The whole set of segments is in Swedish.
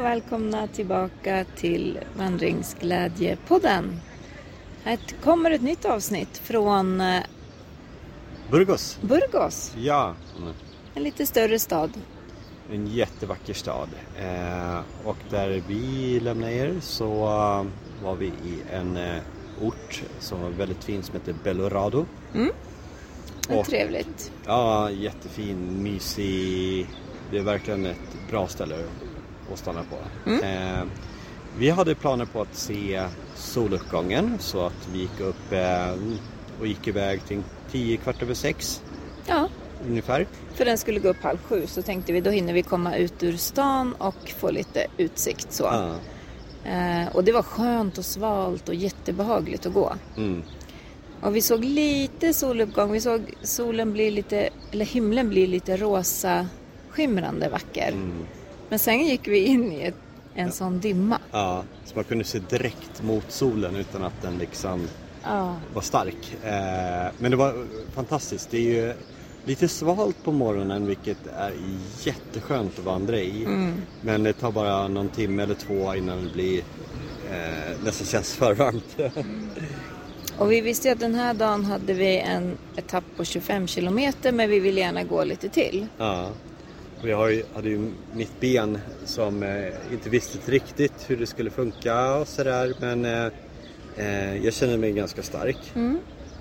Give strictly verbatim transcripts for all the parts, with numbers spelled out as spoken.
och välkomna tillbaka till Vandringsglädjepodden. Här kommer ett nytt avsnitt från Burgos. Burgos. Ja. En lite större stad. En jättevacker stad. Eh, och där vi lämnade er så uh, var vi i en uh, ort som var väldigt fin som heter Belorado. Mm. Och, trevligt. Ja, jättefin, mysig. Det är verkligen ett bra ställe att stanna på. Mm. Eh, vi hade planer på att se soluppgången så att vi gick upp eh, och gick iväg till tio kvart över sex. Ja. Ungefär. För den skulle gå upp halv sju, så tänkte vi då hinner vi komma ut ur stan och få lite utsikt så. Ja. Eh, och det var skönt och svalt och jättebehagligt att gå. Mm. Och vi såg lite soluppgång. Vi såg solen bli lite, eller himlen bli lite rosa skimrande vacker. Mm. Men sen gick vi in i ett, en ja. sån dimma. Ja, så man kunde se direkt mot solen utan att den liksom ja. var stark. Eh, men det var fantastiskt. Det är ju lite svalt på morgonen, vilket är jätteskönt att vandra i. Mm. Men det tar bara någon timme eller två innan det blir eh, nästan känns för varmt. Mm. Och vi visste att den här dagen hade vi en etapp på tjugofem kilometer, men vi ville gärna gå lite till. Ja, och jag har ju, hade ju mitt ben som eh, inte visste riktigt hur det skulle funka och sådär. Men eh, eh, jag känner mig ganska stark. Mm.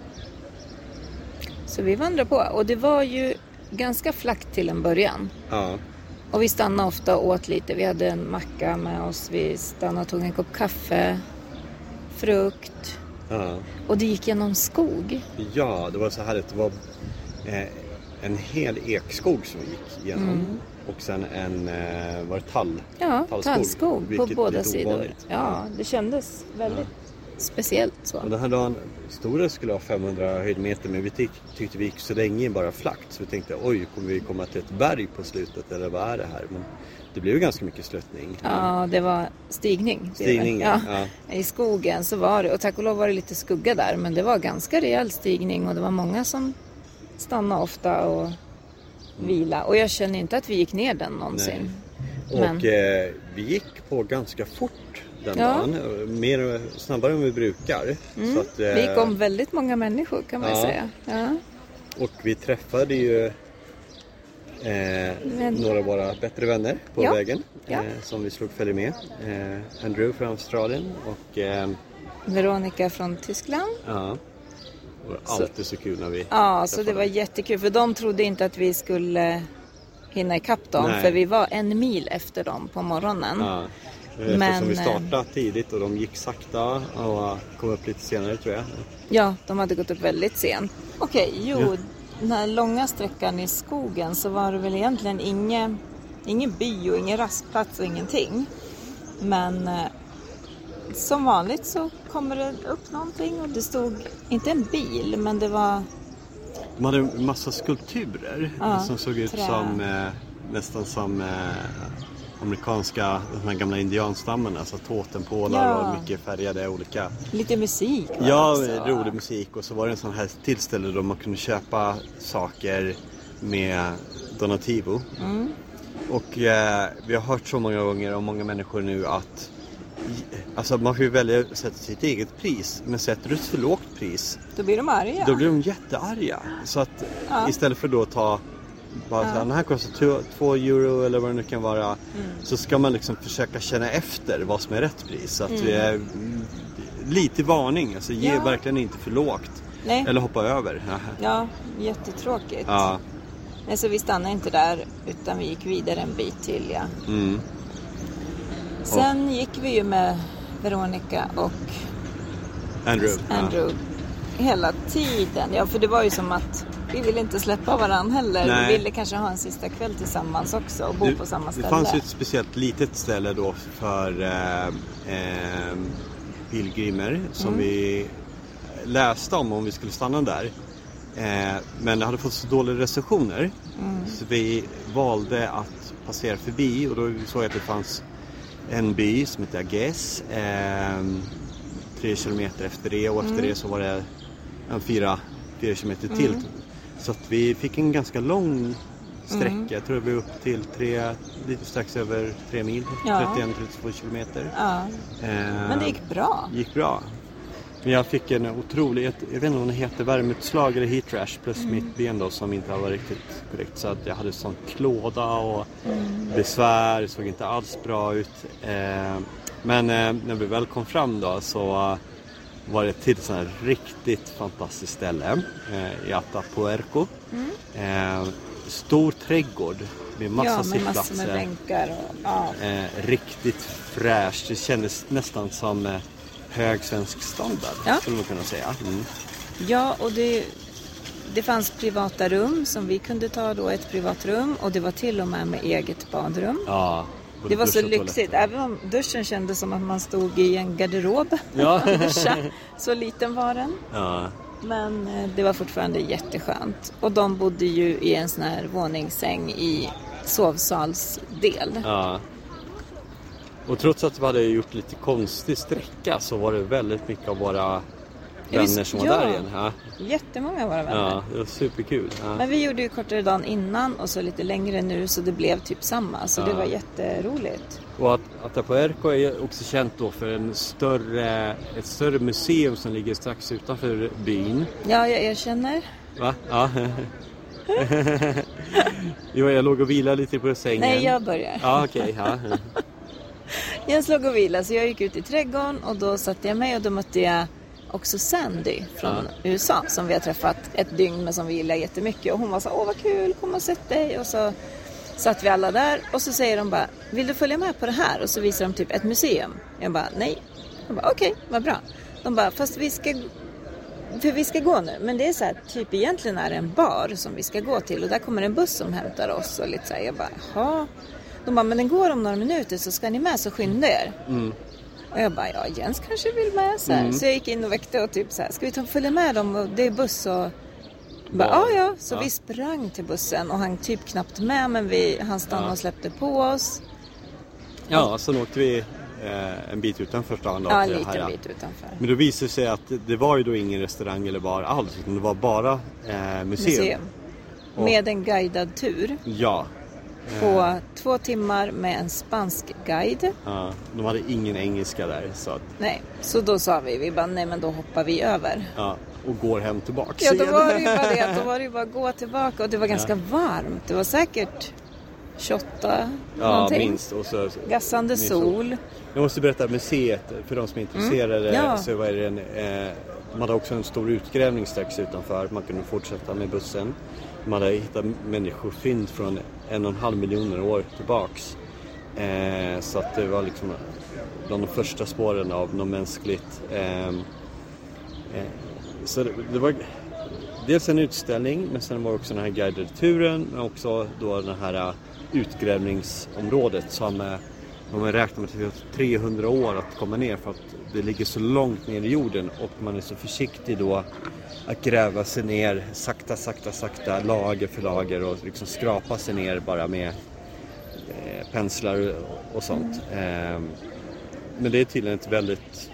Så vi vandrade på. Och det var ju ganska flackt till en början. Ja. Och vi stannade ofta och åt lite. Vi hade en macka med oss. Vi stannade och tog en kopp kaffe. Frukt. Ja. Och det gick genom skog. Ja, det var så här att det var eh, en hel ekskog som vi gick igenom. Mm. Och sen en eh, var det tall? Ja, tallskog, tallskog på båda sidor. Ovanligt. Ja, det kändes väldigt ja. speciellt så. Och den här dagen, stora skulle ha femhundra höjdmeter, men vi tyck, tyckte vi gick så länge bara flackt. Så vi tänkte, oj, kommer vi komma till ett berg på slutet eller vad är det här? Men det blev ju ganska mycket sluttning. Ja, det var stigning. Stigning, ja. ja. I skogen så var det, och tack och lov var det lite skugga där, men det var ganska rejäl stigning och det var många som stannade ofta och mm. vila. Och jag känner inte att vi gick ner den någonsin. Nej. Men... Och eh, vi gick på ganska fort den ja. dagen, mer snabbare än vi brukar. Mm. Så att, eh... vi gick om väldigt många människor kan man ja. säga. Ja. Och vi träffade ju Eh, några av våra bättre vänner på ja. vägen ja. eh, som vi slog följe med. Eh, Andrew från Australien och eh, Veronica från Tyskland. Ja. Det var alltid så, så kul när vi Ja, så det var jättekul för de trodde inte att vi skulle hinna ikapp dem. Nej. För vi var en mil efter dem på morgonen. Ja. Men vi startade tidigt och de gick sakta och kom upp lite senare tror jag. Ja, de hade gått upp väldigt sent. Okej, okay, jo ja. Den här långa sträckan i skogen så var det väl egentligen ingen, ingen by och ingen rastplats och ingenting. Men eh, som vanligt så kommer det upp någonting och det stod inte en bil men det var... De hade en massa skulpturer ja, som såg ut trä. som eh, nästan som eh, amerikanska, de här gamla indianstammarna, alltså totempålar ja. och mycket färgade olika. Lite musik. Ja, rolig musik och så var det en sån här tillställe där man kunde köpa saker med donativo. Mm. Och eh, vi har hört så många gånger om många människor nu att alltså man får ju välja att sätta sitt eget pris, men sätter du ett för lågt pris då blir de arga. Då blir de jättearga. Så att ja. istället för då att ta bara ja. så här, den här kostar två euro eller vad det nu kan vara mm. så ska man liksom försöka känna efter vad som är rätt pris. Så att mm. vi är lite varning, alltså ge ja. verkligen inte för lågt. Nej. Eller hoppa över. Ja, jättetråkigt. Ja. Nej, så vi stannade inte där utan vi gick vidare en bit till. Ja. Mm. Sen och. gick vi ju med Veronica och Andrew, Andrew ja. hela tiden. Ja, för det var ju som att vi ville inte släppa varandra heller. Nej. Vi ville kanske ha en sista kväll tillsammans också och bo det, på samma ställe. Det fanns ju ett speciellt litet ställe då för eh, eh, pilgrimer som mm. vi läste om om vi skulle stanna där. Eh, men det hade fått så dåliga recensioner mm. så vi valde att passera förbi och då såg jag att det fanns en by som heter Agés eh, tre kilometer efter det och efter mm. det så var det en fyra, fyra kilometer till. Mm. Så att vi fick en ganska lång sträcka. Mm. Jag tror vi är upp till tre, lite strax över tre mil, Ja. trettioen till trettiotvå kilometer. Ja. Eh, Men det gick bra. gick bra. Men jag fick en otrolig, jag vet inte om det heter värmeutslag eller heat rash plus Mm. mitt ben då som inte var riktigt korrekt. Så att jag hade sån klåda och Mm. besvär, det såg inte alls bra ut. Eh, men eh, när vi väl kom fram då så uh, var det till ett sånt här riktigt fantastiskt ställe eh, i Atapuerco. Mm. Eh, stor trädgård med massa Ja, med sittplatser. massor med bänkar. Och, ja. Eh, riktigt fräscht. Det kändes nästan som eh, hög svensk standard, Ja. skulle man kunna säga. Mm. Ja, och det, det fanns privata rum som vi kunde ta då, ett privat rum. Och det var till och med med eget badrum. Ja, Det var så dusch och lyxigt, toaletter. även om duschen kändes som att man stod i en garderob. Ja. Duscha. Så liten var den. Ja. Men eh, det var fortfarande jätteskönt. Och de bodde ju i en sån här våningssäng i sovsalsdel. Ja. Och trots att vi hade gjort lite konstig sträcka så var det väldigt mycket av våra Ja, vänner visst, som var ja. där igen. Ja. Jättemånga av våra vänner. Ja, det var superkul. Ja. Men vi gjorde ju kortare dagen innan och så lite längre nu, så det blev typ samma. Så Ja. det var jätteroligt. Och att Atapuerco är också känt då för en större, ett större museum som ligger strax utanför byn. Ja, jag erkänner. Va? Ja. Jo, jag låg och vilade lite på sängen. Nej, jag börjar. Ja, okej. Okay, ja. Jag slog och vila, så jag gick ut i trädgården och då satte jag mig och då mötte jag också Sandy från Ja. U S A som vi har träffat ett dygn men som vi gillar jättemycket. Och hon var så, åh vad kul, kom och sätt dig. Och så satt vi alla där och så säger de bara, vill du följa med på det här? Och så visar de typ ett museum. Jag bara, nej. Jag bara, okej, okay, vad bra. De bara, fast vi ska, för vi ska gå nu. Men det är så här, typ egentligen är det en bar som vi ska gå till. Och där kommer en buss som hämtar oss och lite så här. Jag bara, jaha. De bara, men den går om några minuter så ska ni med, så skynda er. Mm. Och jag bara, ja Jens kanske vill med så här. Mm. Så jag gick in och väckte och typ så här, ska vi ta följa med dem? Och det är buss och... Bara, ja, ja. Så Ja. vi sprang till bussen och han typ knappt med, men vi, han stannade Ja. och släppte på oss. Ja, sen åkte vi eh, en bit utanför stan. Då, Ja, en till det här, liten ja. bit utanför. Men då visade det sig att det var ju då ingen restaurang eller bar alls, utan det var bara eh, museum. Museum. Och- Med en guidad tur Ja. på två timmar med en spansk guide. Ja, de hade ingen engelska där, så att, Nej, så då sa vi, vi bara, nej men då hoppar vi över. ja, och går hem tillbaka. Ja, då var det ju bara det, att då var det ju bara att gå tillbaka och det var ganska varmt. Det var säkert tjugoåtta Ja, någonting. minst. Och så, Gassande minst sol. Jag måste berätta, museet, för de som är intresserade, Mm. Ja. så var det en, eh, de hade också en stor utgrävning strax utanför. Man kunde fortsätta med bussen. De hade hittat människofynd från en och en halv miljoner år tillbaks. Eh, så att det var liksom de första spåren av något mänskligt. Eh, eh, så det, det var dels en utställning, men sen var det också den här guidade turen, men också då den här utgrävningsområdet som eh, man räknar med att det tar trehundra år att komma ner, för att det ligger så långt ner i jorden och man är så försiktig då att gräva sig ner sakta, sakta, sakta, lager för lager och liksom skrapa sig ner bara med eh, penslar och sånt. Eh, men det är tydligen ett väldigt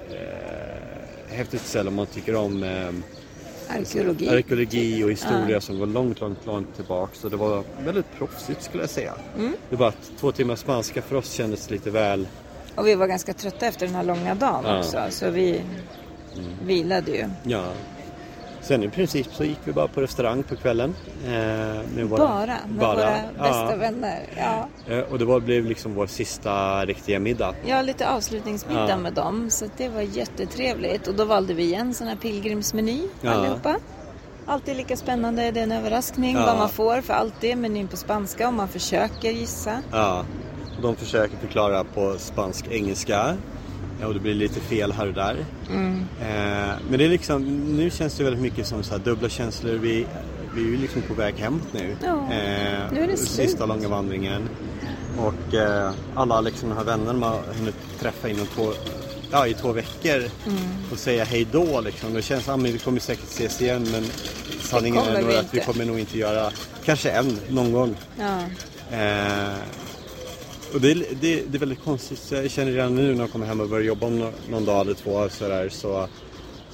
eh, häftigt ställe om man tycker om eh, Arkeologi. arkeologi och historia Ja. som går långt, långt, långt tillbaka. Så det var väldigt proffsigt, skulle jag säga. Mm. Det var att två timmar spanska för oss kändes lite väl... Och vi var ganska trötta efter den här långa dagen Ja. också. Så vi vilade ju. Ja. Sen i princip så gick vi bara på restaurang på kvällen. Eh, med våra, Bara med våra bästa ja. vänner. Ja. Eh, och det var, blev liksom vår sista riktiga middag. Ja, lite avslutningsmiddag Ja. med dem. Så det var jättetrevligt. Och då valde vi igen sån här pilgrimsmeny Ja. allihopa. Alltid lika spännande, det är en överraskning Ja. vad man får. För alltid är menyn på spanska och man försöker gissa. Ja. De försöker förklara på spansk-engelska. Ja, och det blir lite fel här och där. Mm. Eh, men det är liksom, nu känns det väldigt mycket som så här dubbla känslor. Vi, vi är ju liksom på väg hem nu. Ja, eh, nu är det sista slut. långa vandringen. Och eh, alla liksom de här vännerna man har hunnit träffa inom två, ja, i två veckor. Mm. Och säga hej då liksom. Det känns som att vi kommer säkert ses igen. Men sanningen kommer är nog vi att vi inte. kommer nog inte göra, kanske en, någon gång. Ja. Eh, och det är, det, det är väldigt konstigt. Jag känner redan nu när jag kommer hem och börjar jobba om no, någon dag eller två så, där, så,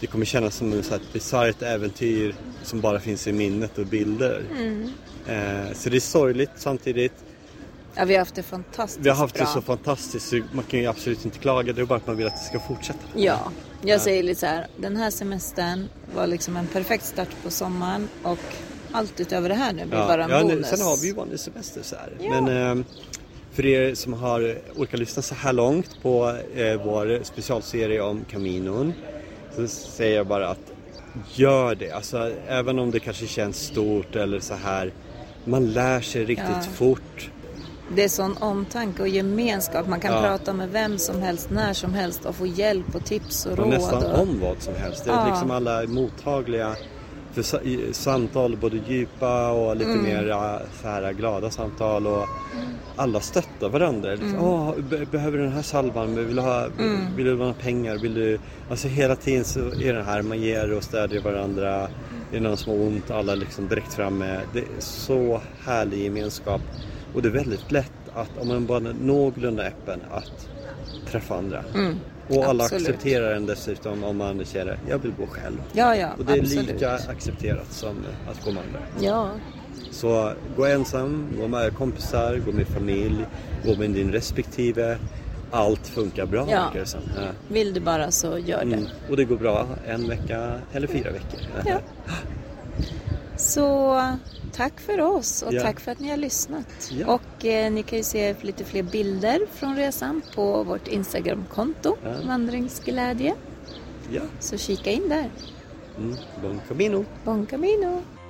det kommer kännas som ett, ett bisarrt äventyr som bara finns i minnet och bilder. Mm. Eh, så det är sorgligt samtidigt. Ja, vi har haft det fantastiskt Vi har haft bra. det så fantastiskt så man kan ju absolut inte klaga. Det är bara att man vill att det ska fortsätta. Ja, jag ja. säger lite så här. Den här semestern var liksom en perfekt start på sommaren och allt utöver det här nu blir ja. bara en ja, bonus. Sen har vi ju vanlig semester så här. Ja. Men eh, för er som har orkat lyssna så här långt på eh, vår specialserie om Caminon så säger jag bara att gör det. Alltså, även om det kanske känns stort eller så här. Man lär sig riktigt ja. fort. Det är sån omtanke och gemenskap. Man kan ja. prata med vem som helst, när som helst och få hjälp och tips och, och råd. Nästan och... om vad som helst. Det är ja. liksom alla mottagliga för samtal, både djupa och lite mm. mer så här glada samtal. Och alla stöttar varandra. Liksom, mm. Åh, be- behöver du den här salvan? Vill du ha, mm. vill du ha pengar? Vill du... Alltså hela tiden så är det här, man ger och stödjer varandra. Det är någon som har ont, alla liksom direkt framme. Det är så härlig gemenskap. Och det är väldigt lätt att, om man bara är någorlunda öppen, att träffa andra. Mm, och alla absolut. accepterar en dessutom om man känner, jag vill gå själv. Ja, ja, och det är absolut. lika accepterat som att gå med andra. Ja. Så gå ensam, gå med kompisar, gå med familj, gå med din respektive. Allt funkar bra. Ja. Ja. Vill du bara så gör det. Mm. Och det går bra en vecka eller fyra veckor. Ja. Så tack för oss och ja. tack för att ni har lyssnat. Ja. Och eh, ni kan ju se lite fler bilder från resan på vårt Instagram-konto, ja. Vandringsglädje. Ja. Så kika in där. Mm. Bon camino. Bon camino.